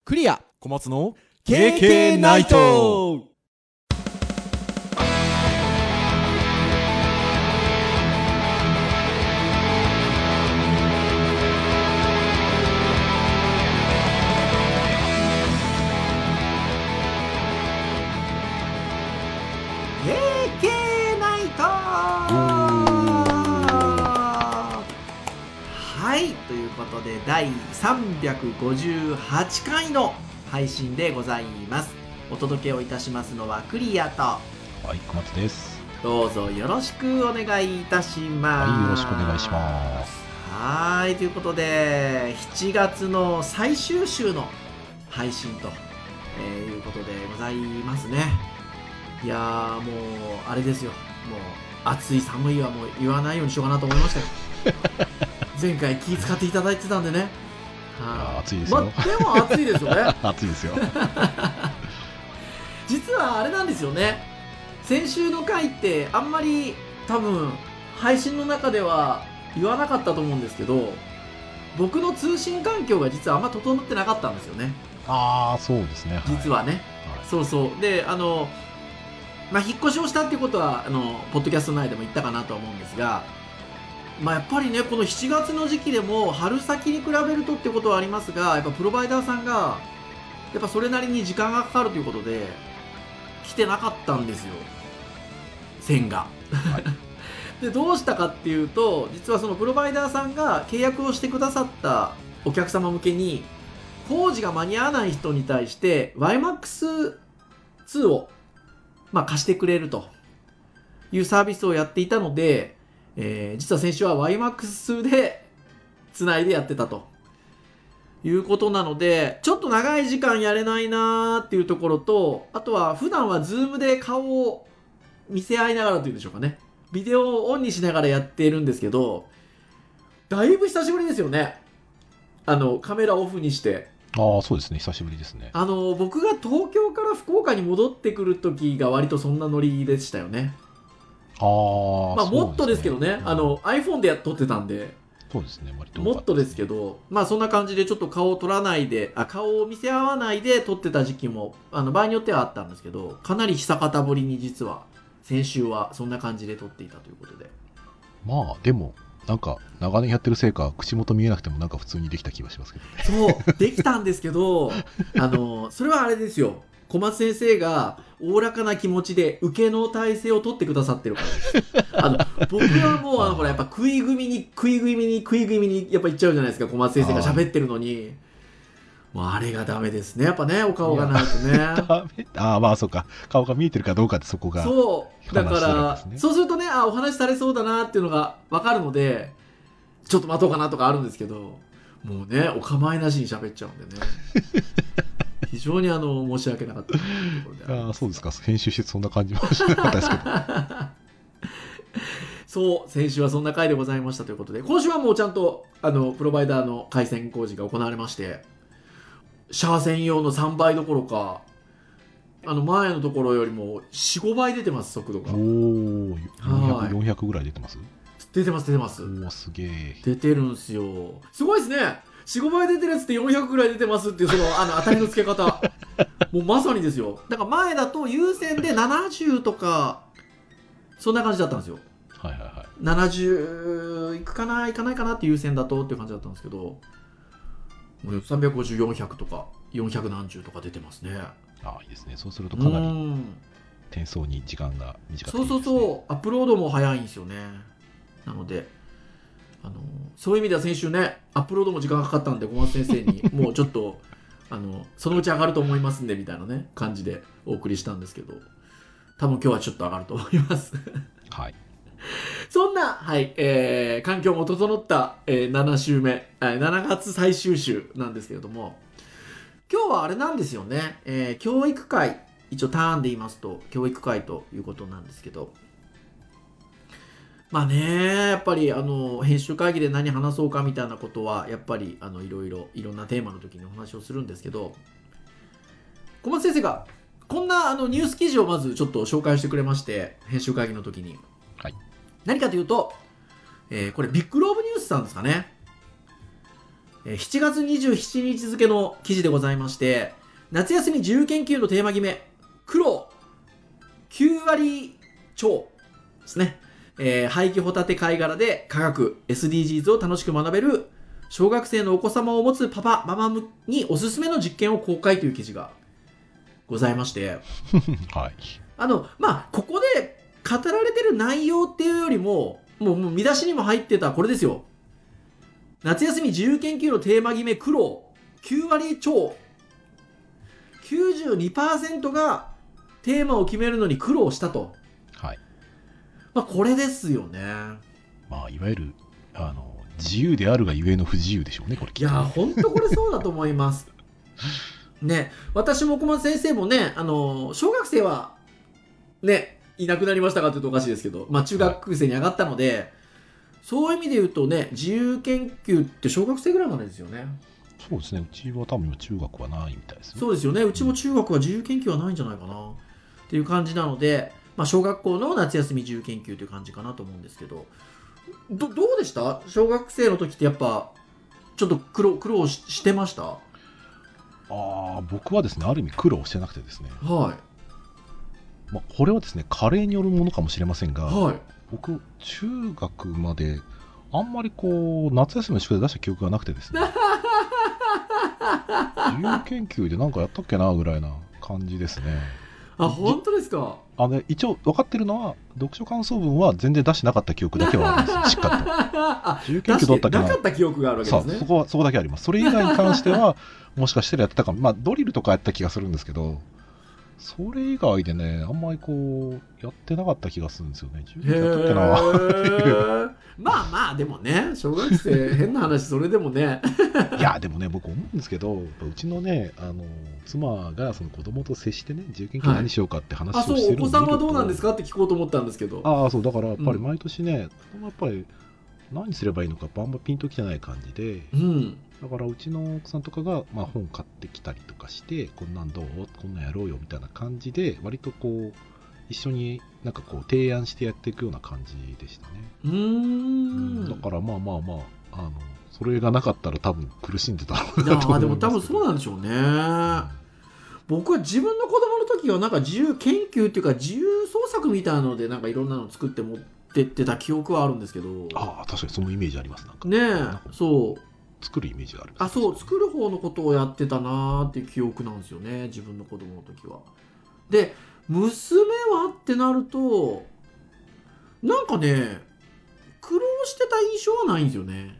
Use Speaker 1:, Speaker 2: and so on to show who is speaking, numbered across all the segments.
Speaker 1: クリア
Speaker 2: 小松の
Speaker 1: KK ナイト。KK ナイト。はい、ということで第358回の配信でございます。お届けをいたしますのはクリアと、
Speaker 3: はい、小松です。
Speaker 1: どうぞよろしくお願いいたします。
Speaker 3: はい、よろしくお願いします。
Speaker 1: はい、ということで7月の最終週の配信と、いうことでございますね。いやー、もうあれですよ、もう暑い寒いはもう言わないようにしようかなと思いましたよ前回気使っていただいてたんでね。
Speaker 3: 暑いですよ。
Speaker 1: でも暑いですよね
Speaker 3: 暑いですよ
Speaker 1: 実はあれなんですよね、先週の回ってあんまり多分配信の中では言わなかったと思うんですけど、僕の通信環境が実はあんま整ってなかったんですよね。
Speaker 3: ああ、そうですね、はい、
Speaker 1: 実はね、はい、そうそうで、引っ越しをしたっていうことはポッドキャスト内でも言ったかなと思うんですが、やっぱりね、この7月の時期でも春先に比べるとってことはありますが、やっぱプロバイダーさんがやっぱそれなりに時間がかかるということで来てなかったんですよ、線が、はい、でどうしたかっていうと、実はそのプロバイダーさんが契約をしてくださったお客様向けに工事が間に合わない人に対して YMAX2 を貸してくれるというサービスをやっていたので、実は先週は YMAX でつないでやってたということなので、ちょっと長い時間やれないなーっていうところと、あとは普段は Zoom で顔を見せ合いながらというんでしょうかね、ビデオをオンにしながらやっているんですけど、だいぶ久しぶりですよね、カメラオフにして。
Speaker 3: ああ、そうですね、久しぶりですね。
Speaker 1: 僕が東京から福岡に戻ってくる時が割とそんなノリでしたよね。もっとですけどね、iPhone で撮ってたんで、
Speaker 3: そうですね、割と
Speaker 1: もっとですけど、そんな感じでちょっと顔を撮らないで、顔を見せ合わないで撮ってた時期も場合によってはあったんですけど、かなり久方ぶりに実は先週はそんな感じで撮っていたということで、
Speaker 3: でもなんか長年やってるせいか口元見えなくてもなんか普通にできた気がしますけどね。
Speaker 1: そうできたんですけどそれはあれですよ、小松先生がおおらかな気持ちで受けの体勢を取ってくださってるからです。僕はもうほらやっぱ食い気味にやっぱ言っちゃうじゃないですか、小松先生が喋ってるのに。もうあれがダメですね、やっぱね、お顔がないとね。
Speaker 3: そうか、顔が見えてるかどうかってそこが、
Speaker 1: そうだから、そうするとね、お話しされそうだなっていうのが分かるので、ちょっと待とうかなとかあるんですけど、もうね、お構いなしに喋っちゃうんでね非常に申し訳なかったところで。
Speaker 3: そうですか、編集してそんな感じもしなかったですけど
Speaker 1: そう先週はそんな回でございましたということで、今週はもうちゃんとプロバイダーの回線工事が行われまして、シャア専用の3倍どころか前のところよりも 4,5 倍出てます、速度が。
Speaker 3: 400ぐらい出てます？
Speaker 1: 出てます。
Speaker 3: すげえ
Speaker 1: 出てるんすよ。すごいですね。4,5 倍出てるやつって400ぐらい出てますっていう、その当たりの付け方もうまさにですよ。だから前だと有線で70とかそんな感じだったんですよ。
Speaker 3: はいはいはい。
Speaker 1: 70いくかないかないかなっていう線だとっていう感じだったんですけど、350、400とか400何十とか出てますね。
Speaker 3: いいですね。そうするとかなり転送に時間が短くていいですね。
Speaker 1: そうアップロードも早いんですよね。なのでそういう意味では先週ね、アップロードも時間がかかったんで、小松先生にもうちょっとそのうち上がると思いますんでみたいなね感じでお送りしたんですけど、多分今日はちょっと上がると思います
Speaker 3: はい。
Speaker 1: そんな、環境も整った、7週目、7月最終週なんですけれども、今日はあれなんですよね、教育会、一応ターンで言いますと教育会ということなんですけど、やっぱり編集会議で何話そうかみたいなことはやっぱりいろんなテーマの時にお話をするんですけど、小松先生がこんなニュース記事をまずちょっと紹介してくれまして、編集会議の時に、
Speaker 3: はい、
Speaker 1: 何かというと、これビッグローブニュースさんですかね、 7月27日付の記事でございまして、夏休み自由研究のテーマ決め、苦労9割超ですね。廃棄ホタテ貝殻で科学 SDGs を楽しく学べる小学生のお子様を持つパパママにおすすめの実験を公開という記事がございまして
Speaker 3: はい。
Speaker 1: ここで語られてる内容っていうよりももう見出しにも入ってたこれですよ。夏休み自由研究のテーマ決め苦労9割超 92% がテーマを決めるのに苦労したと。
Speaker 3: はい。
Speaker 1: これですよね。
Speaker 3: いわゆる自由であるがゆえの不自由でしょうね、これ。
Speaker 1: いや本当これそうだと思いますね。私も小松先生もね、小学生はねいなくなりましたかって言うとおかしいですけど、中学生に上がったので、はい、そういう意味で言うとね、自由研究って小学生ぐらいまでですよね。
Speaker 3: そうですね。うちは多分中学はないみたいですね。
Speaker 1: そうですよね。うちも中学は自由研究はないんじゃないかなっていう感じなので、小学校の夏休み自由研究という感じかなと思うんですけど、どうでした？小学生の時ってやっぱちょっと苦労してました？
Speaker 3: 僕はですね、ある意味苦労してなくてですね、
Speaker 1: はい。
Speaker 3: これはですね、加齢によるものかもしれませんが、
Speaker 1: はい、
Speaker 3: 僕中学まであんまり夏休みの宿題出した記憶がなくてですね自由研究で何かやったっけなぐらいな感じですね。
Speaker 1: 本当ですか？
Speaker 3: 一応分かってるのは、読書感想文は全然出してなかった記憶だけはあるんですよ、しっかりと。自由研究どったっけ
Speaker 1: なかった記憶があるわけですね。
Speaker 3: そこだけあります。それ以外に関しては、もしかしたらやってたかも。ドリルとかやった気がするんですけど、それ以外でね、あんまりやってなかった気がするんですよね。自由研究やったっけな
Speaker 1: でもね、小学生変な話、それでもね
Speaker 3: いやでもね、僕思うんですけど、うちのね、妻がその子供と接してね、自由研究何しようかって話をしてるのを見ると、
Speaker 1: お子さんはどうなんですかって聞こうと思ったんですけど、
Speaker 3: そうだからやっぱり毎年ね、子供やっぱり何すればいいのかあんまピンときてない感じで、だからうちの奥さんとかが、本買ってきたりとかして、こんなんどう？こんなんやろうよみたいな感じで、割と一緒に提案してやっていくような感じでしたね。だからそれがなかったら多分苦しんでたろうなと思いますけど。
Speaker 1: でも多分そうなんでしょうね。僕は自分の子供の時は自由研究っていうか自由創作みたいなのでいろんなの作って持ってってた記憶はあるんですけど。
Speaker 3: 確かにそのイメージあります。
Speaker 1: そう
Speaker 3: 作るイメージがある。
Speaker 1: 作る方のことをやってたなーっていう記憶なんですよね、自分の子供の時は。で娘はってなると苦労してた印象はないんですよね。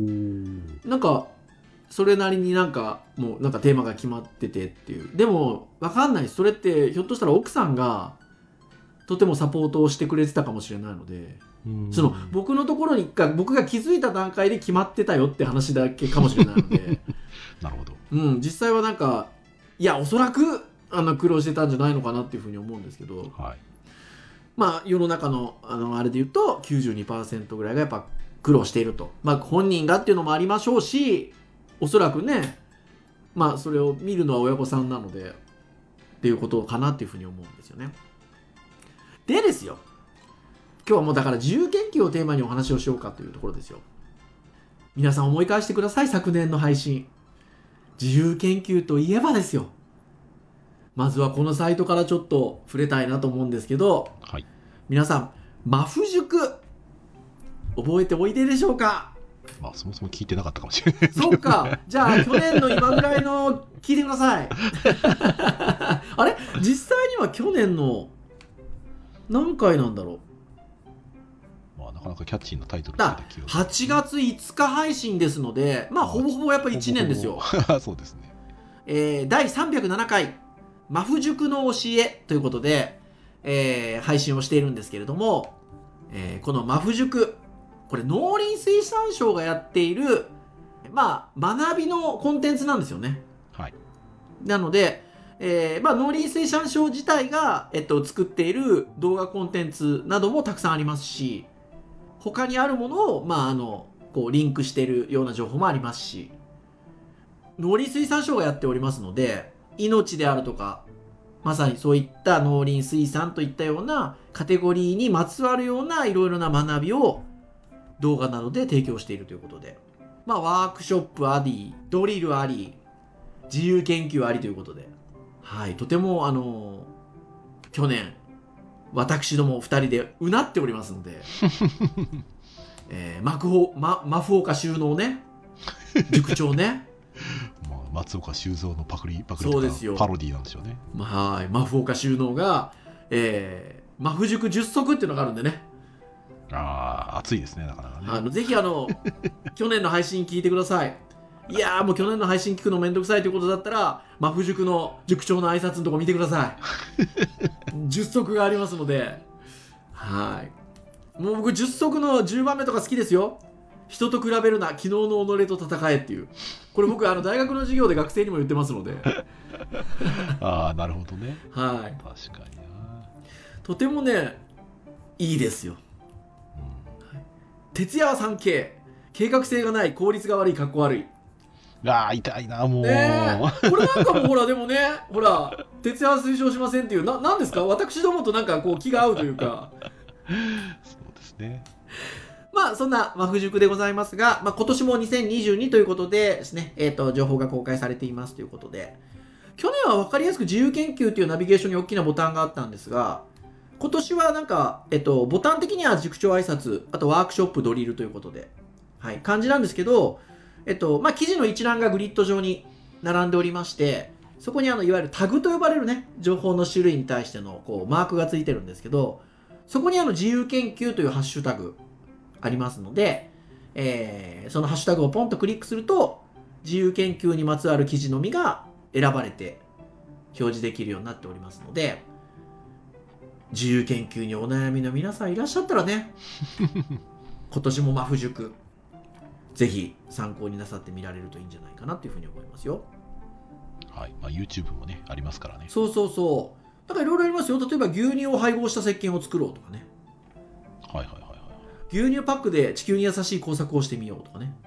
Speaker 1: それなりにもうテーマが決まっててっていう。でも分かんない。それってひょっとしたら奥さんがとてもサポートをしてくれてたかもしれないので、僕のところに僕が気づいた段階で決まってたよって話だけかもしれないので
Speaker 3: なるほど。
Speaker 1: 実際はおそらく苦労してたんじゃないのかなっていうふうに思うんですけど、世の中のあれで言うと 92% ぐらいがやっぱ苦労していると。本人がっていうのもありましょうし、おそらくね、それを見るのは親御さんなのでっていうことかなっていうふうに思うんですよね。でですよ、今日はもうだから自由研究をテーマにお話をしようかというところですよ。皆さん思い返してください。昨年の配信、自由研究といえばですよ。まずはこのサイトからちょっと触れたいなと思うんですけど、皆さんマフ塾覚えておいででしょうか？
Speaker 3: そもそも聞いてなかったかもしれない。
Speaker 1: そうか。じゃあ去年の今ぐらいの聞いてくださいあれ実際には去年の何回なんだろう。
Speaker 3: なかなかキャッチーなタイトル
Speaker 1: だ。8月5日配信ですので、ほぼほぼやっぱり1年ですよ。
Speaker 3: そうですね。
Speaker 1: 第307回マフ塾の教えということで、配信をしているんですけれども、このマフ塾、これ農林水産省がやっている学びのコンテンツなんですよね。なので、農林水産省自体が、作っている動画コンテンツなどもたくさんありますし、他にあるものを、リンクしているような情報もありますし、農林水産省がやっておりますので、命であるとか、まさにそういった農林水産といったようなカテゴリーにまつわるようないろいろな学びを動画などで提供しているということで、 まあワークショップあり、ドリルあり、自由研究ありということで、はい、とても去年私ども2人でうなっておりますのでマフオカ収納ね、塾長ね
Speaker 3: 松岡修造のパクリとか
Speaker 1: そうですよ、
Speaker 3: パロディなんでしょうね。
Speaker 1: はい、マフオカ収納が、マフ塾10足っていうのがあるんでね、
Speaker 3: 熱いですね、なかなかね。
Speaker 1: ぜひ去年の配信聞いてください。いやーもう去年の配信聞くのめんどくさいということだったら、マフ塾の塾長の挨拶のとこ見てください10足がありますので、はい、もう僕10足の10番目とか好きですよ。人と比べるな、昨日の己と戦えっていう、これ僕大学の授業で学生にも言ってますので
Speaker 3: なるほどね。
Speaker 1: はい、
Speaker 3: 確かにな。
Speaker 1: とてもねいいですよ、徹夜は 3K、 計画性がない、効率が悪い、かっこ悪い。
Speaker 3: 痛いな、もう、
Speaker 1: これなんかもほらでもね、ほら徹夜は推奨しませんっていう、なんですか、私どもとなんかこう気が合うというか
Speaker 3: そうですね。
Speaker 1: まあそんなマフ塾でございますが、今年も2022ということでですね、情報が公開されていますということで、去年は分かりやすく自由研究というナビゲーションに大きなボタンがあったんですが、今年はなんか、ボタン的には塾長挨拶、あとワークショップ、ドリルということで、はい、感じなんですけど、記事の一覧がグリッド上に並んでおりまして、そこにいわゆるタグと呼ばれるね、情報の種類に対してのこうマークがついてるんですけど、そこに自由研究というハッシュタグありますので、そのハッシュタグをポンとクリックすると、自由研究にまつわる記事のみが選ばれて表示できるようになっておりますので、自由研究にお悩みの皆さんいらっしゃったらね今年もマフ塾ぜひ参考になさってみられるといいんじゃないかなというふうに思いますよ。
Speaker 3: はい、YouTube もねありますからね。
Speaker 1: そうそうそう、だからいろいろありますよ。例えば牛乳を配合した石鹸を作ろうとかね、
Speaker 3: はいはいはいはい。
Speaker 1: 牛乳パックで地球に優しい工作をしてみようとかね。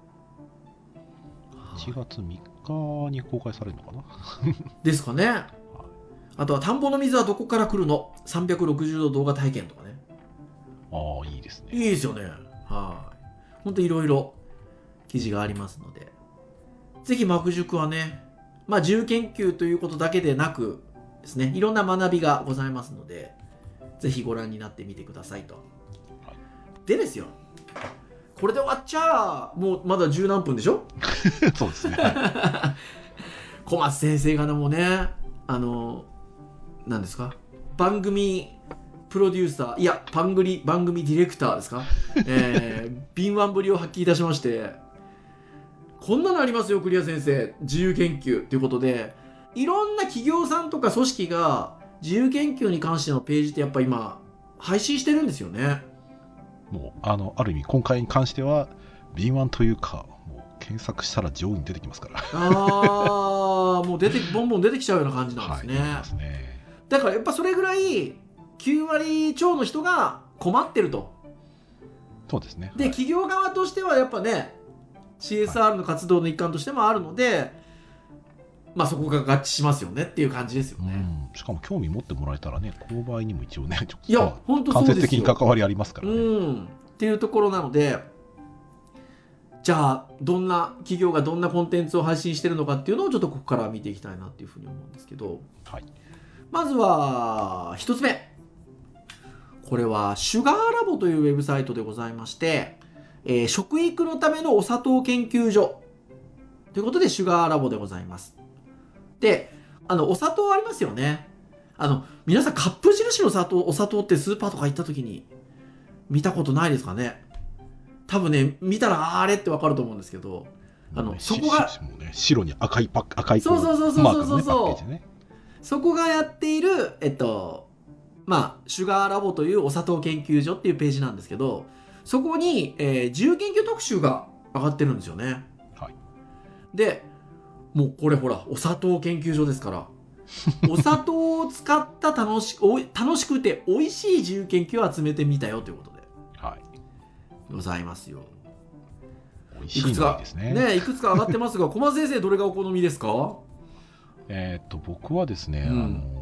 Speaker 3: 1月3日に公開されるのかな
Speaker 1: ですかね。あとは田んぼの水はどこから来るの360度動画体験とかね。
Speaker 3: いいですね。
Speaker 1: いいですよね。はい。本当いろいろ記事がありますので、ぜひマフ塾はね、自由研究ということだけでなくですね、いろんな学びがございますので、ぜひご覧になってみてくださいと。はい、でですよ、これで終わっちゃもうまだ十何分でしょ
Speaker 3: そうですね。
Speaker 1: 小松先生がもうね、何ですか、番組プロデューサー、いや番組ディレクターですか、敏腕ぶりを発揮いたしまして、こんなのありますよクリア先生、自由研究ということで、いろんな企業さんとか組織が自由研究に関してのページってやっぱ今配信してるんですよね。
Speaker 3: もうある意味今回に関しては敏腕というか、もう検索したら上位に出てきますから
Speaker 1: もうボンボン出てきちゃうような感じなんですね。
Speaker 3: はい、ですね。
Speaker 1: だからやっぱそれぐらい9割超の人が困ってると。
Speaker 3: そうですね。
Speaker 1: で、企業側としてはやっぱね CSR の活動の一環としてもあるので、そこが合致しますよねっていう感じですよね。
Speaker 3: しかも興味持ってもらえたらね、購買にも一応ね、
Speaker 1: いや本当そうですよ、
Speaker 3: 間接的に関わりありますからね。
Speaker 1: っていうところなので、じゃあどんな企業がどんなコンテンツを配信してるのかっていうのをちょっとここから見ていきたいなっていうふうに思うんですけど、
Speaker 3: はい、
Speaker 1: まずは一つ目、これはシュガーラボというウェブサイトでございまして、食育のためのお砂糖研究所ということでシュガーラボでございます。で、お砂糖ありますよね。皆さんカップ印のお砂糖ってスーパーとか行った時に見たことないですかね。多分ね、見たらあれってわかると思うんですけど、そこが
Speaker 3: もうね、白に赤い
Speaker 1: そうそうそうそうそうそう、
Speaker 3: ね、
Speaker 1: そこがやっているシュガーラボというお砂糖研究所っていうページなんですけど、そこに、自由研究特集が上がってるんですよね。
Speaker 3: はい、
Speaker 1: でもうこれほらお砂糖研究所ですからお砂糖を使った楽しくて美味しい自由研究を集めてみたよということで、はい、ございますよ。
Speaker 3: 美味しいのいいです
Speaker 1: ね。いくつか上がってますが小松先生どれがお好みですか？
Speaker 3: 僕はですね、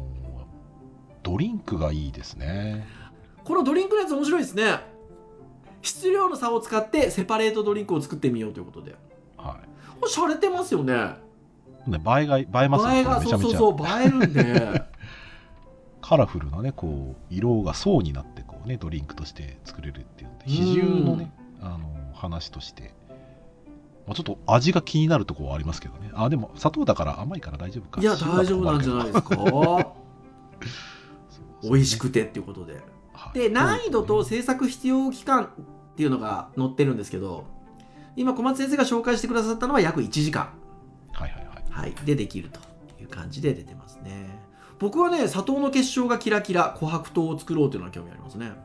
Speaker 3: ドリンクがいいですね。
Speaker 1: このドリンクのやつ面白いですね。 質量の差を使ってセパレートドリンクを作ってみようということで、
Speaker 3: はい、
Speaker 1: これ洒落てますよね。
Speaker 3: ね、映えますよね。
Speaker 1: 映えが、
Speaker 3: めちゃめちゃ
Speaker 1: そう映えるんで
Speaker 3: カラフルなね、こう色が層になってこうね、ドリンクとして作れるっていう比重のね、話として、まあ、ちょっと味が気になるところはありますけどね。でも砂糖だから甘いから大丈夫か。
Speaker 1: いや大丈夫なんじゃないですか美味しくてっていうことで、はい、で難易度と制作必要期間っていうのが載ってるんですけど、今小松先生が紹介してくださったのは約1時間、はいはいはいはい、でできるという感じで出てますね。僕はね、砂糖の結晶がキラキラ琥珀糖を作ろうというのは興味ありますね。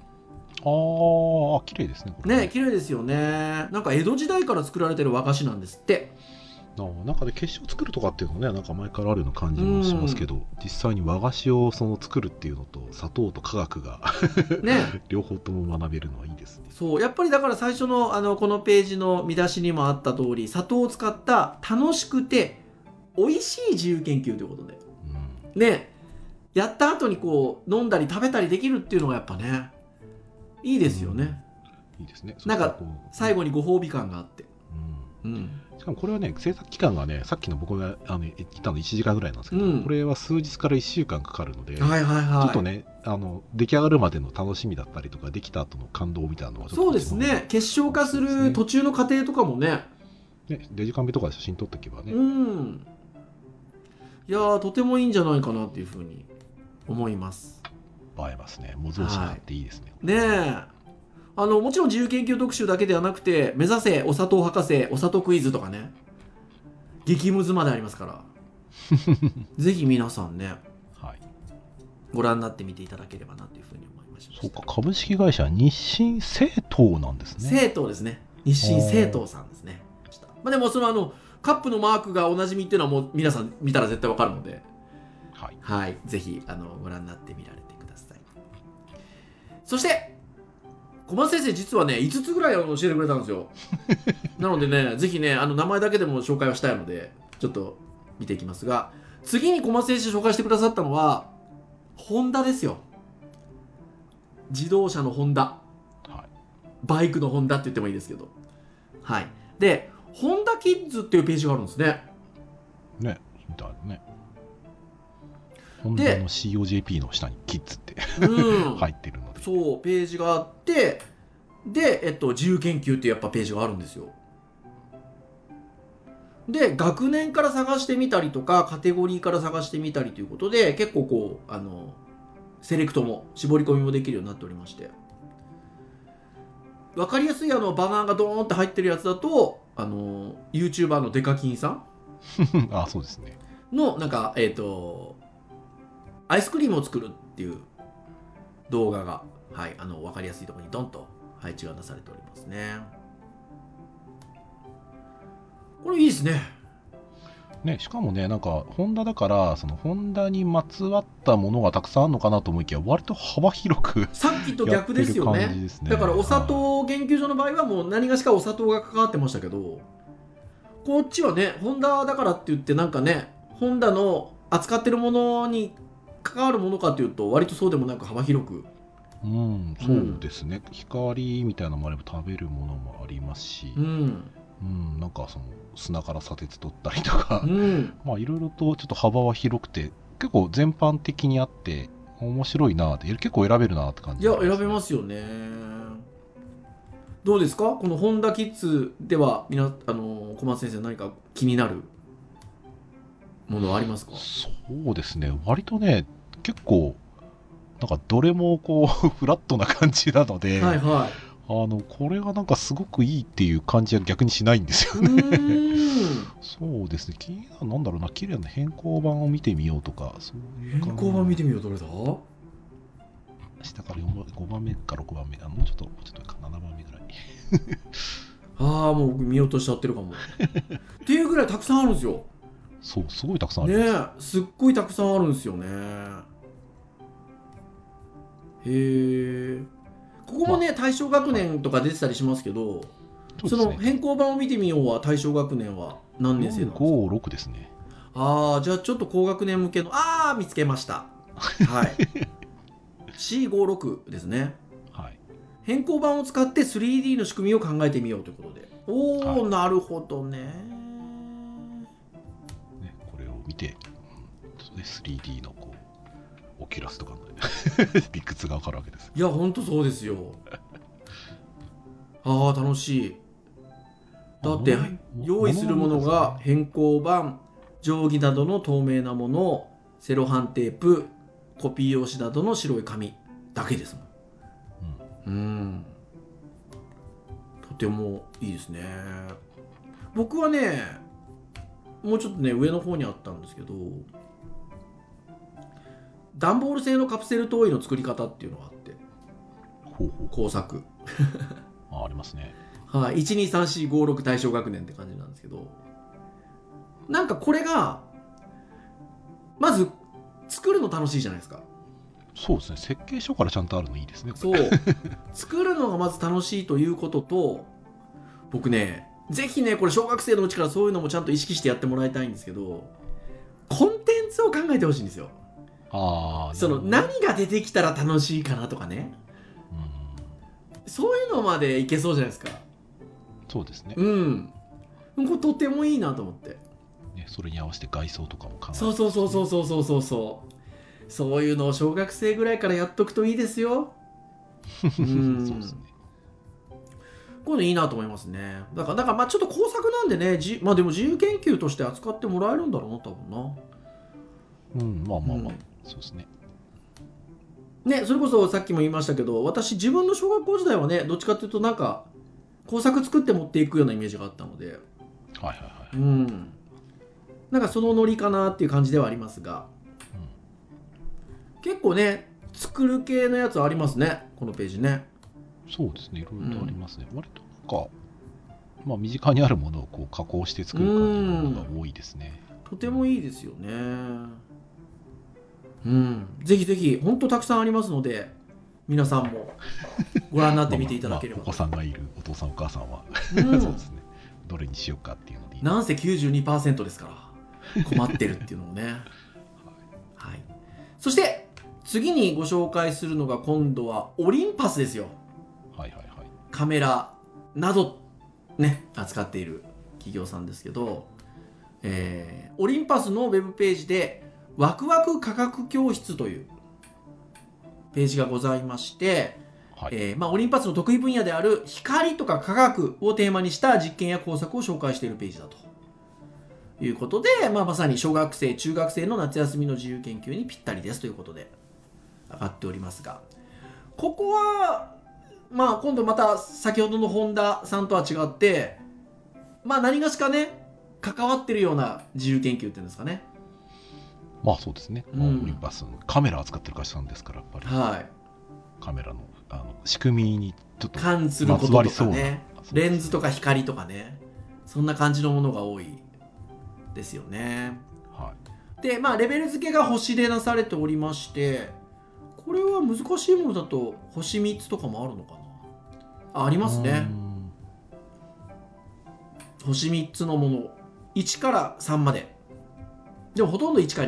Speaker 3: 綺麗ですね、これ
Speaker 1: ね。綺麗ですよね。なんか江戸時代から作られてる和菓子なんですって。
Speaker 3: なんかね、結晶作るとかっていうのね、なんか前からあるような感じもしますけど、実際に和菓子を作るっていうのと砂糖と科学がね両方とも学べるのはいいですね。
Speaker 1: そうやっぱりだから最初のこのページの見出しにもあった通り、砂糖を使った楽しくて美味しい自由研究ということで、ね、やった後にこう飲んだり食べたりできるっていうのがやっぱねいいですよね。
Speaker 3: いいですね。
Speaker 1: なんか最後にご褒美感があって、
Speaker 3: しかもこれはね、制作期間がね、さっきの僕が言ったの1時間ぐらいなんですけど、これは数日から1週間かかるので、ちょっとね、出来上がるまでの楽しみだったりとか、できた後の感動みたいなのはちょっと、
Speaker 1: そうですね、結晶化する途中の過程とかもね、
Speaker 3: デジカメとかで写真撮っておけばね、
Speaker 1: いやーとてもいいんじゃないかなっていうふうに思います。
Speaker 3: 映えますね。模造紙があっていいですね。
Speaker 1: ねえ、もちろん自由研究特集だけではなくて、目指せお砂糖博士お砂糖クイズとかね、激ムズまでありますからぜひ皆さんね、はい、ご覧になってみていただければなというふうに思いました。
Speaker 3: そうか、株式会社日清製糖なんですね。
Speaker 1: 製糖ですね。日清製糖さんですね。まあ、でもカップのマークがおなじみっていうのはもう皆さん見たら絶対わかるので、はい、はい、ぜひご覧になってみられてください。そして小松先生、実はね5つぐらい教えてくれたんですよなのでね、ぜひね名前だけでも紹介をしたいのでちょっと見ていきますが、次に小松先生紹介してくださったのはホンダですよ。自動車のホンダ、はい、バイクのホンダって言ってもいいですけど、はい。でホンダキッズっていうページがあるんですね。
Speaker 3: ね、みたいね。ホンダの COJP の下にキッズって入ってるので、
Speaker 1: そうページがあって、で、自由研究っていうやっぱページがあるんですよ。で学年から探してみたりとかカテゴリーから探してみたりということで、結構こうセレクトも絞り込みもできるようになっておりまして、分かりやすいバナーがドーンって入ってるやつだとYouTuber のデカキンさん
Speaker 3: そうですね
Speaker 1: のなんかアイスクリームを作るっていう動画が、はい、分かりやすいところにドンと配置がなされておりますね。これいいですね。
Speaker 3: しかもね、なんかホンダだからホンダにまつわったものがたくさんあるのかなと思いきや、割と幅広く
Speaker 1: さっきと逆ですよね。だからお砂糖研究所の場合はもう何がしかお砂糖が関わってましたけど、こっちはねホンダだからって言ってなんかね、ホンダの扱ってるものに関わるものかというと割とそうでもなく幅広く、
Speaker 3: そうですね、光みたいなのもあれば食べるものもありますし、なんか砂から砂鉄取ったりとか、まあいろいろとちょっと幅は広くて結構全般的にあって面白いなって、結構選べるなって感じ、
Speaker 1: いや選べますよね。どうですか、このホンダキッズでは小松先生何か気になるものはありますか？
Speaker 3: そうですね、割とね結構なんかどれもこうフラットな感じなので、はいはい、これがなんかすごくいいっていう感じは逆にしないんですよねそうですね、気になる、なんだろうな、綺麗な変更版を見てみようとか、そういう
Speaker 1: 変更版見てみよう、どれだ？
Speaker 3: 下から5番目か6番目、もうちょっとか7番目ぐらい
Speaker 1: もう見落としちゃってるかもっていうぐらいたくさんあるんですよ。
Speaker 3: そう、すごいたくさんあるんです
Speaker 1: ね、すっごいたくさんあるんですよね。へえ。ここもね、対象学年とか出てたりしますけど、その変更版を見てみようは対象学年は何年生なんですか？
Speaker 3: 5、6ですね。
Speaker 1: じゃあちょっと高学年向けの見つけましたはい C56 ですね。はい。 変更板を使って 3D の仕組みを考えてみようということで。おー、
Speaker 3: はい
Speaker 1: なるほどね。
Speaker 3: ね、これを見て、3D のこうオキュラスとかの理屈がわかるわけです。
Speaker 1: いや、ほんとそうですよ。ああ、楽しい。だって用意するものが変更板、定規などの透明なもの、セロハンテープ、コピー用紙などの白い紙だけですもん。とてもいいですね。僕はね、もうちょっとね上の方にあったんですけど、段ボール製のカプセルトイの作り方っていうのがあって、工作
Speaker 3: ありますね。
Speaker 1: はい、123456対象学年って感じなんですけど、なんかこれがまず作るの楽しいじゃないですか。
Speaker 3: そうですね、設計書からちゃんとあるのいいですね。
Speaker 1: そう作るのがまず楽しいということと、僕ねぜひねこれ小学生のうちからそういうのもちゃんと意識してやってもらいたいんですけど、コンテンツを考えてほしいんですよ。その何が出てきたら楽しいかなとかね、そういうのまでいけそうじゃないですか。
Speaker 3: そうですね。
Speaker 1: これとてもいいなと思って、
Speaker 3: ね、それに合わせて外装とかも考えて、
Speaker 1: そうそういうのを小学生ぐらいからやっとくといいですよ。
Speaker 3: そうですね。
Speaker 1: こういうのいいなと思いますね。だからまあちょっと工作なんでね、まあでも自由研究として扱ってもらえるんだろうな多分な。まあ、
Speaker 3: そうですね。
Speaker 1: ね、それこそさっきも言いましたけど、私自分の小学校時代はねどっちかっていうとなんか工作作って持っていくようなイメージがあったので、なんかそのノリかなっていう感じではありますが、結構ね作る系のやつありますね、このページね。
Speaker 3: そうですね、いろいろとありますね。割となんか、まあ、身近にあるものをこう加工して作る感じのものが多いですね。
Speaker 1: とてもいいですよね。ぜひぜひ本当たくさんありますので、皆さんもご覧になってみていただければ。
Speaker 3: お子さんがいるお父さんお母さんは、そうですね、どれにしようかっていうのでいい。
Speaker 1: なんせ 92% ですから困ってるっていうのもねはい、そして次にご紹介するのが今度はオリンパスですよ。カメラなどね扱っている企業さんですけど、オリンパスのウェブページでワクワク科学教室というページがございまして、オリンパスの得意分野である光とか科学をテーマにした実験や工作を紹介しているページだということで、まさに小学生中学生の夏休みの自由研究にぴったりですということで上がっておりますが、ここは今度また先ほどの本田さんとは違って、何がしかね関わってるような自由研究っていうんですかね。
Speaker 3: そうですね、オリンパスカメラを扱ってる会社さんですから、やっぱり、カメラの仕組みにちょっと
Speaker 1: 関することとかね、レンズとか光とかね、そんな感じのものが多いですよね。でレベル付けが星でなされておりまして、これは難しいものだと星3つとかもあるのかな。ありますね。星3つのもの、1から3まで。でもほとんど1か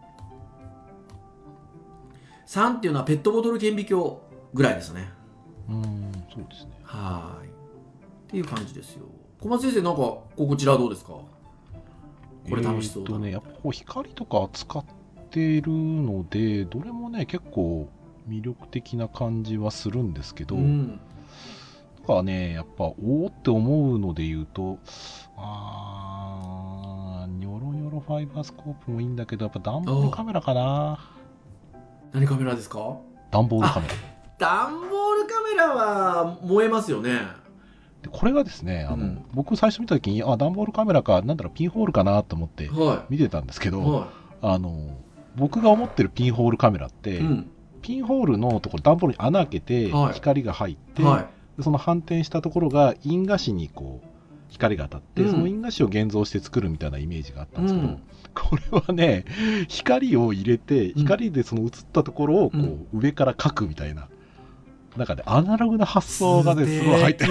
Speaker 1: 2。3っていうのはペットボトル顕微鏡ぐらいですね。
Speaker 3: そうですね。
Speaker 1: っていう感じですよ。小松先生、なんかこちらどうですか。これ楽しそうだね。
Speaker 3: やっぱ光とか使ってるので、どれもね結構魅力的な感じはするんですけど、だからね、やっぱおおって思うので言うと、ニョロニョロファイバースコープもいいんだけど、やっぱ段ボールカメラかな。
Speaker 1: 何カメラですか。
Speaker 3: 段ボールカメラ。
Speaker 1: 段ボールカメラは燃えますよね。
Speaker 3: でこれがですね、僕最初見た時に段ボールカメラか、なんだろう、ピンホールかなと思って見てたんですけど、僕が思ってるピンホールカメラって、ピンホールのところ段ボールに穴開けて光が入って、その反転したところが印画紙にこう光が当たって、その印画紙を現像して作るみたいなイメージがあったんですけど、これはね、光を入れて光でその映ったところをこう上から描くみたいな、なんかねアナログな発想がねすごい入って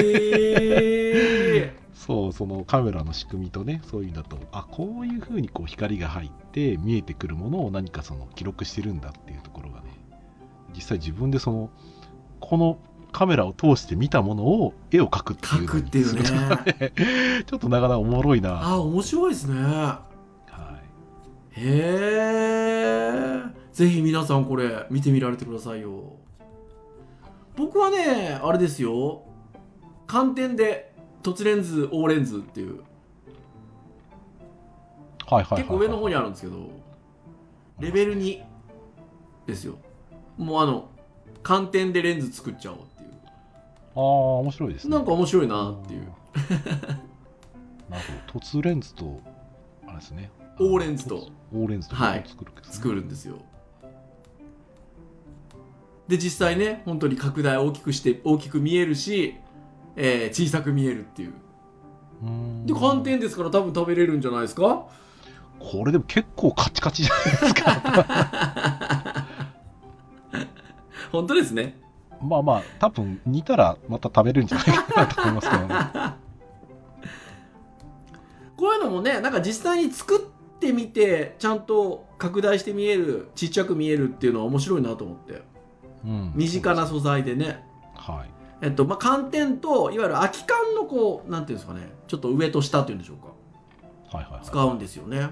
Speaker 3: るそう、そのカメラの仕組みとね、そういうんだと、こういう風にこう光が入って見えてくるものを何かその記録してるんだっていうところがね、実際自分でこのカメラを通して見たものを絵を描くっていう
Speaker 1: ね
Speaker 3: ちょっとなかなかおもろいな。
Speaker 1: 面白いですね。
Speaker 3: はい、
Speaker 1: へえ、ぜひ皆さんこれ見てみられてくださいよ。僕はねあれですよ、寒天で凸レンズ大レンズっていう、結構上の方にあるんですけど、レベル2ですよ。もう寒天でレンズ作っちゃおうっていう。
Speaker 3: 面白いですね。
Speaker 1: なんか面白いなっていう。
Speaker 3: なるほど。凸レンズとあれですね、
Speaker 1: 大レンズと作るんですよ。で実際ね本当に拡大大きくして大きく見えるし、小さく見えるっていう。で寒天ですから多分食べれるんじゃないですか。
Speaker 3: これでも結構カチカチじゃないですか。
Speaker 1: 本当ですね。
Speaker 3: まあまあ多分煮たらまた食べれるんじゃないかなと思いますけどね。
Speaker 1: こういうのもねなんか実際に作ってみてちゃんと拡大して見える、ちっちゃく見えるっていうのは面白いなと思って、身近な素材でね。
Speaker 3: はい。
Speaker 1: 寒天といわゆる空き缶のこうなんていうんですかね、ちょっと上と下っていうんでしょうか、使うんですよね。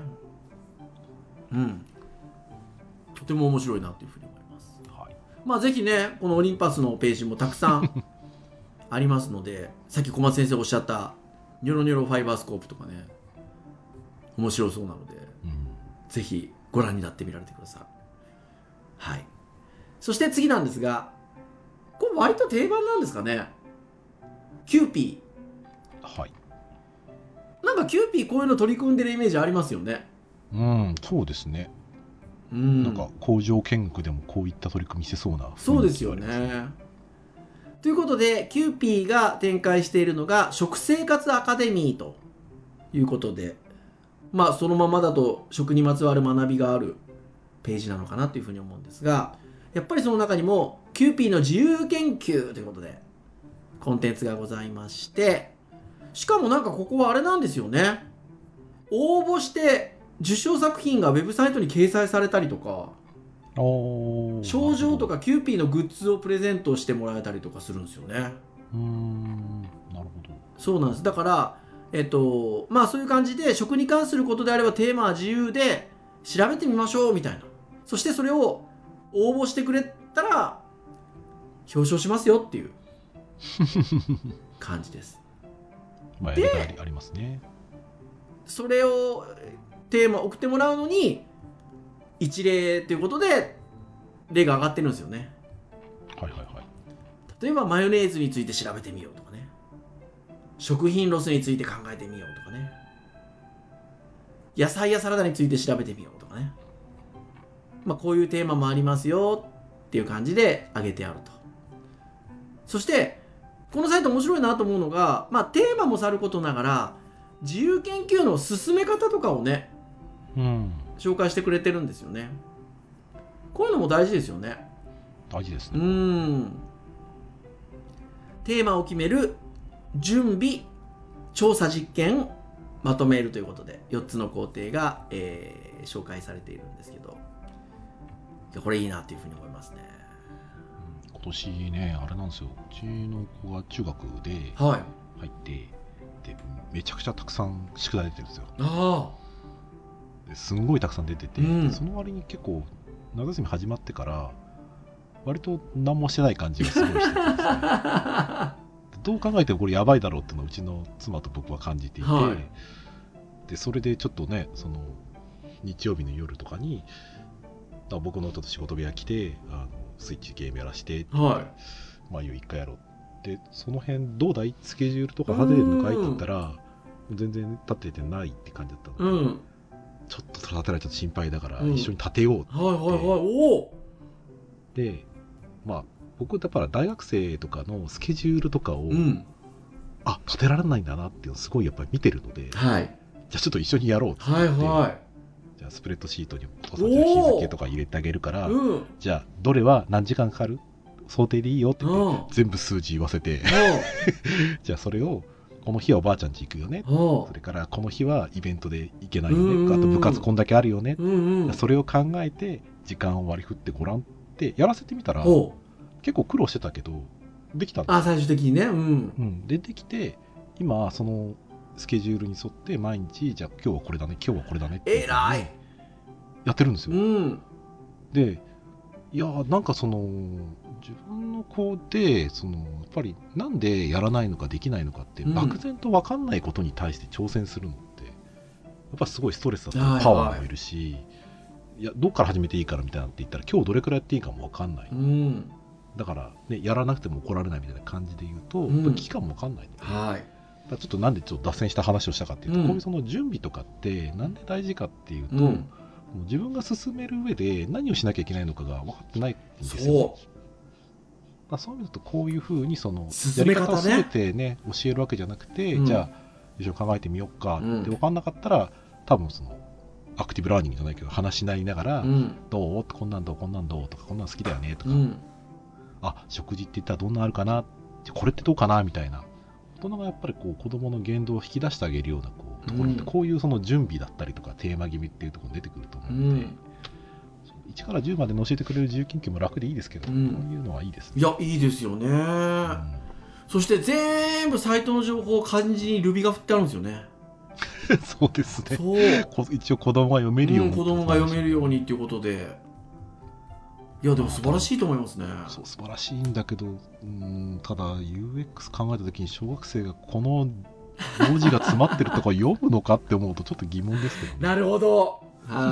Speaker 1: とても面白いなというふうに思います。ぜひねこのオリンパスのページもたくさんありますので、さっき小松先生おっしゃったニョロニョロファイバースコープとかね面白そうなので、ぜひご覧になってみられてください。はい。そして次なんですが、これ割と定番なんですかね、キューピー。なんかキューピーこういうの取り組んでるイメージありますよね。
Speaker 3: そうですね。なんか工場見学でもこういった取り組みしてそうな、
Speaker 1: そうですよね。ということでキューピーが展開しているのが食生活アカデミーということで、そのままだと食にまつわる学びがあるページなのかなというふうに思うんですが、やっぱりその中にもキューピーの自由研究ということでコンテンツがございまして、しかもなんかここはあれなんですよね、応募して受賞作品がウェブサイトに掲載されたりとか、賞状とかキューピーのグッズをプレゼントしてもらえたりとかするんですよね。
Speaker 3: なるほど。
Speaker 1: そうなんです。だからそういう感じで食に関することであればテーマは自由で調べてみましょうみたいな、そしてそれを応募してくれたら表彰しますよっていう感じです。
Speaker 3: やりがいありますね。
Speaker 1: それをテーマ送ってもらうのに一例ということで例が上がってるんですよね。例えばマヨネーズについて調べてみようとかね、食品ロスについて考えてみようとかね、野菜やサラダについて調べてみようとかね、こういうテーマもありますよっていう感じで挙げてあると。そしてこのサイト面白いなと思うのが、テーマもさることながら自由研究の進め方とかをね、紹介してくれてるんですよね。こういうのも大事ですよね。
Speaker 3: 大事ですね。
Speaker 1: テーマを決める、準備、調査実験、まとめるということで4つの工程が、紹介されているんですけど、これいいなというふうに思いますね。
Speaker 3: 今年ねあれなんですよ、うちの子が中学で入って、でめちゃくちゃたくさん宿題出てるんですよ。すんごいたくさん出てて、その割に結構夏休み始まってから割と何もしてない感じがすごいしててですねどう考えてもこれやばいだろうっていうのをうちの妻と僕は感じていて、でそれでちょっとねその日曜日の夜とかに僕のちょっと仕事部屋来てスイッチゲームやらしてって、一回やろうって、その辺どうだいスケジュールとか立ててるのかいって言ったら全然立ててないって感じだったので、ちょっと立てられちゃって心配だから一緒に立てようって、で僕だから大学生とかのスケジュールとかを、立てられないんだなっていうのをすごいやっぱり見てるので、じゃあちょっと一緒にやろうって言って、じゃあスプレッドシートにお父さんじゃあ日付とか入れてあげるから、じゃあどれは何時間かかる想定でいいよって言って全部数字言わせてじゃあそれをこの日はおばあちゃん家行くよね、それからこの日はイベントで行けないよね、あと部活こんだけあるよね、それを考えて時間を割り振ってごらんってやらせてみたら結構苦労してたけどできたんですよ。
Speaker 1: 最終的にね。
Speaker 3: でできて、今そのスケジュールに沿って毎日、じゃあ今日はこれだね、今日はこれだねっていう風にやってるんですよ。で、いやなんかその自分の子でやっぱりなんでやらないのかできないのかって、漠然と分かんないことに対して挑戦するのってやっぱすごいストレスだったりパワーもいるし、いやどっから始めていいからみたいなって言ったら今日どれくらいやっていいかも分かんない、だから、ね、やらなくても怒られないみたいな感じで言うと、やっぱ危機感も分かんないので、だちょっとなんでちょっと脱線した話をしたかっていうと、こういうその準備とかってなんで大事かっていうと、自分が進める上で何をしなきゃいけないのかが分かってないんですよ。そういうのとこういうふうにそのやり方を全てね教えるわけじゃなくて、じゃあ一緒に考えてみようかって分かんなかったら、多分そのアクティブラーニングじゃないけど話しなりながら、どうこんなんどうこんなんどうとかこんなん好きだよねとか、食事って言ったらどんなあるかな、これってどうかなみたいな、大人がやっぱりこう子供の言動を引き出してあげるようなところって、こういうその準備だったりとかテーマ決めっていうところに出てくると思うので、1から10まで教えてくれる自由研究も楽でいいですけど、こういうのはいいですね。
Speaker 1: いや、いいですよね。そして全部サイトの情報を漢字にルビが振ってあるんですよね。
Speaker 3: そうですね。一応子供が読めるように、
Speaker 1: 子供が読めるようにっていうことで、いやでも素晴らしいと思いますね。
Speaker 3: そう素晴らしいんだけど、ただ UX 考えた時に小学生がこの文字が詰まってるとか読むのかって思うとちょっと疑問ですけどね。
Speaker 1: なるほど。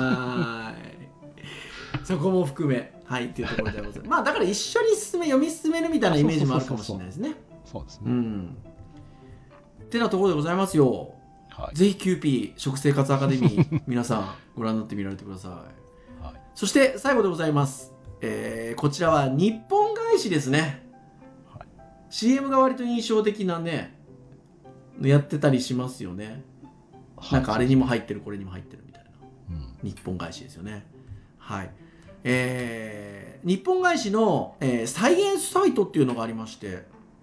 Speaker 1: そこも含めっていうところでございます。まあだから一緒に読み進めるみたいなイメージもあるかもしれないですね。
Speaker 3: そうですね。
Speaker 1: ってなところでございますよ。ぜひキューピー食生活アカデミー皆さんご覧になってみられてください。そして最後でございます。こちらは日本返しですね。CM が割と印象的なねやってたりしますよね。なんかあれにも入ってるこれにも入ってるみたいな、日本返しですよね。日本返しの、サイエンスサイトっていうのがありまして、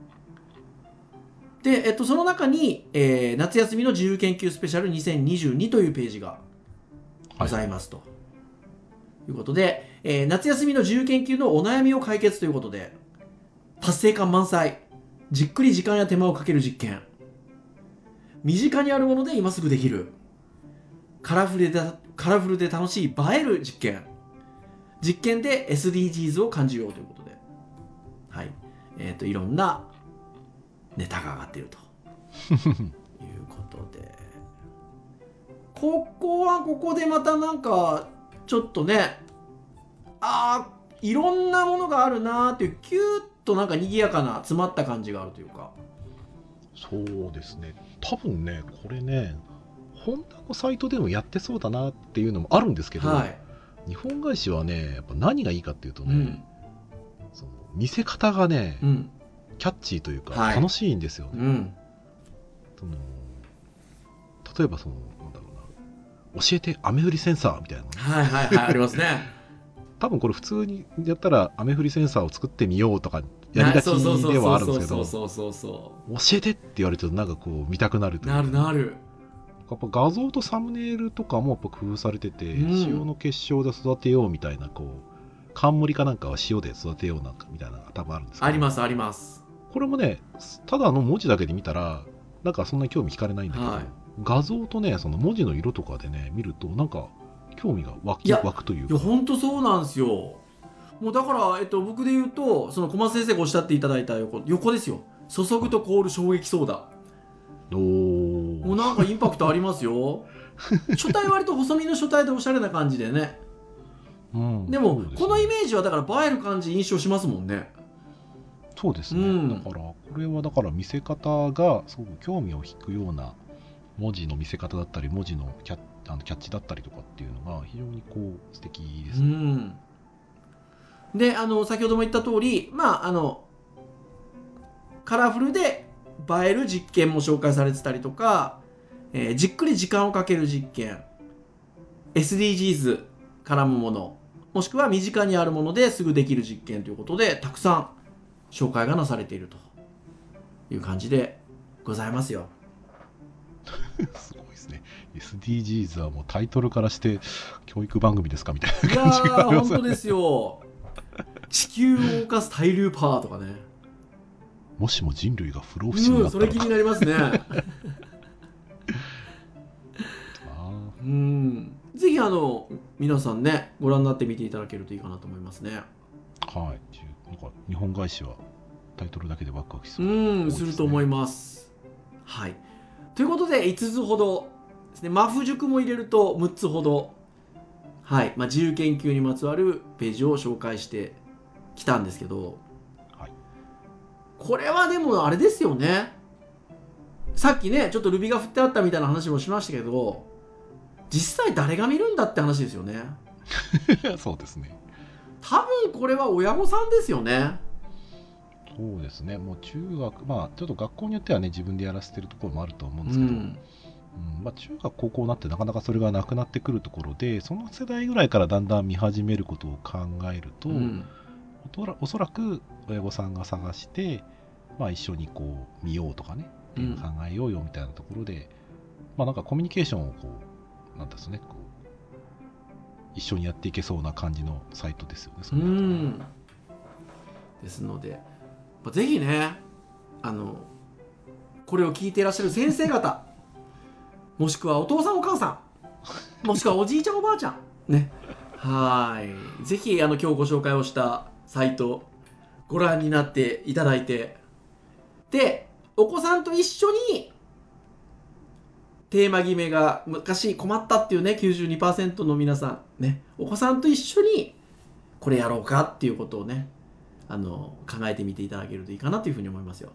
Speaker 1: で、その中に、夏休みの自由研究スペシャル2022というページがございますと、いうことで、夏休みの自由研究のお悩みを解決ということで、達成感満載、じっくり時間や手間をかける実験、身近にあるもので今すぐできる、カラフルで楽しい映える実験で SDGs を感じようということで、いろんなネタが上がっているということで、ここはここでまたなんかちょっとね、いろんなものがあるなーっていう、キューッとなんか賑やかな詰まった感じがあるというか。
Speaker 3: そうですね。多分ねこれねホンダのサイトでもやってそうだなっていうのもあるんですけど、日本返しはねやっぱ何がいいかっていうとね、その見せ方がね、キャッチーというか楽しいんですよね。例えばそのなんだろうな、教えて雨降りセンサーみたいな、
Speaker 1: ありますね。
Speaker 3: 多分これ普通にやったら雨降りセンサーを作ってみようとかやりがちではあるんですけど、教えてって言われるとなんかこう見たくなるというか、
Speaker 1: なる
Speaker 3: やっぱ画像とサムネイルとかもやっぱ工夫されてて、塩の結晶で育てようみたいな、こう冠かなんかは塩で育てようなんかみたいなのが多分あるんですけど、
Speaker 1: あります。
Speaker 3: これもねただの文字だけで見たらなんかそんなに興味惹かれないんだけど、画像とねその文字の色とかでね見るとなんか興味が湧くというか。
Speaker 1: いや本当そうなんですよ。もうだから、僕で言うとその小松先生がおっしゃっていただいた横ですよ。注ぐと凍る衝撃ソーダ。もうなんかインパクトありますよ。書体割と細身の書体でおしゃれな感じでね、でもこのイメージはだから映える感じ印象しますもんね。
Speaker 3: そうですね、だからこれはだから見せ方がすごく興味を引くような文字の見せ方だったり文字のキャッチだったりとかっていうのが非常にこう素敵ですね。
Speaker 1: で先ほども言った通り、カラフルで映える実験も紹介されてたりとか、じっくり時間をかける実験、 SDGs 絡むもの、もしくは身近にあるものですぐできる実験ということでたくさん紹介がなされているという感じでございますよ。
Speaker 3: すごいですね。 SDGs はもうタイトルからして教育番組ですかみたいな感じがありますよね。
Speaker 1: 本当ですよ。地球を動かす対流パワーとかね。
Speaker 3: もしも人類が不老不死になったら、
Speaker 1: それ気になりますねぜひ皆さんねご覧になってみていただけるといいかなと思いますね。
Speaker 3: はい。なんか日本返しはタイトルだけでワクワクしそうですね。
Speaker 1: すると思います。はい。ということで5つほどですね。マフ塾も入れると6つほど、はい、自由研究にまつわるページを紹介してきたんですけど、
Speaker 3: はい、
Speaker 1: これはでもあれですよね。さっきねちょっとルビが振ってあったみたいな話もしましたけど、実際誰が見るんだって話ですよね
Speaker 3: そうですね。
Speaker 1: 多分これは親御さんですよね。
Speaker 3: そうですね。もう中学、ちょっと学校によってはね自分でやらせてるところもあると思うんですけど、中学高校になってなかなかそれがなくなってくるところで、その世代ぐらいからだんだん見始めることを考えると、おそらく親御さんが探して、一緒にこう見ようとかね、考えようよみたいなところで、なんかコミュニケーションをこうなんですね、こう一緒にやっていけそうな感じのサイトですよね。
Speaker 1: ですのでぜひねこれを聞いていらっしゃる先生方もしくはお父さんお母さんもしくはおじいちゃんおばあちゃんね、ぜひ今日ご紹介をしたサイトご覧になっていただいて、でお子さんと一緒にテーマ決めが昔困ったっていうね 92% の皆さんね、お子さんと一緒にこれやろうかっていうことをね考えてみていただけるといいかなというふうに思いますよ。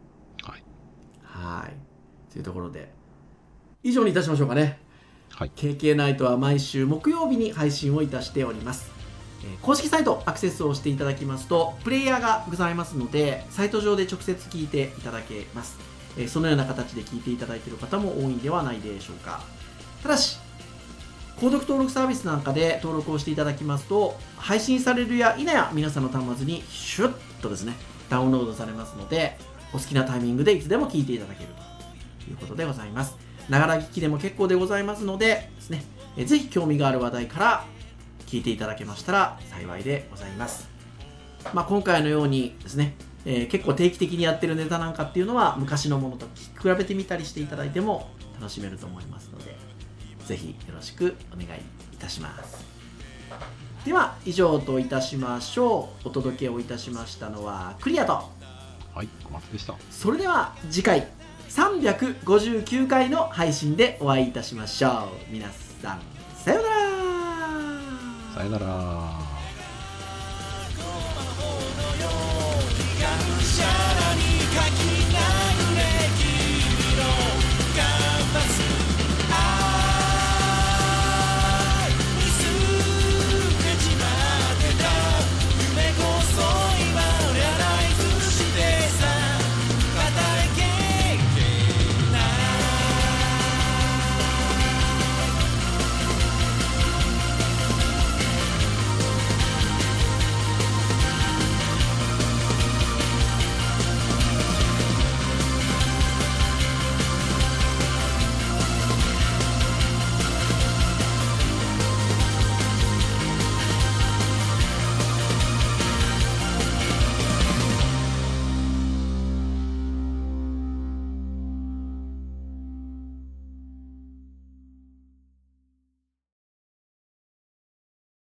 Speaker 1: はいというところで以上にいたしましょうかね。
Speaker 3: はい、
Speaker 1: KK ナイトは毎週木曜日に配信をいたしております。公式サイトアクセスをしていただきますとプレイヤーがございますので、サイト上で直接聞いていただけます。そのような形で聞いていただいている方も多いんではないでしょうか。ただし購読登録サービスなんかで登録をしていただきますと、配信されるや否や皆さんの端末にシュッとですねダウンロードされますので、お好きなタイミングでいつでも聞いていただけるということでございます。ながら聞きでも結構でございますのでですね、ぜひ興味がある話題から聞いていただけましたら幸いでございます。今回のようにですね、結構定期的にやってるネタなんかっていうのは昔のものと比べてみたりしていただいても楽しめると思いますので、ぜひよろしくお願いいたします。では以上といたしましょう。お届けをいたしましたのはクリアと、
Speaker 3: はい、小松でした。
Speaker 1: それでは次回359回の配信でお会いいたしましょう。皆さんさようなら。
Speaker 3: さよなら。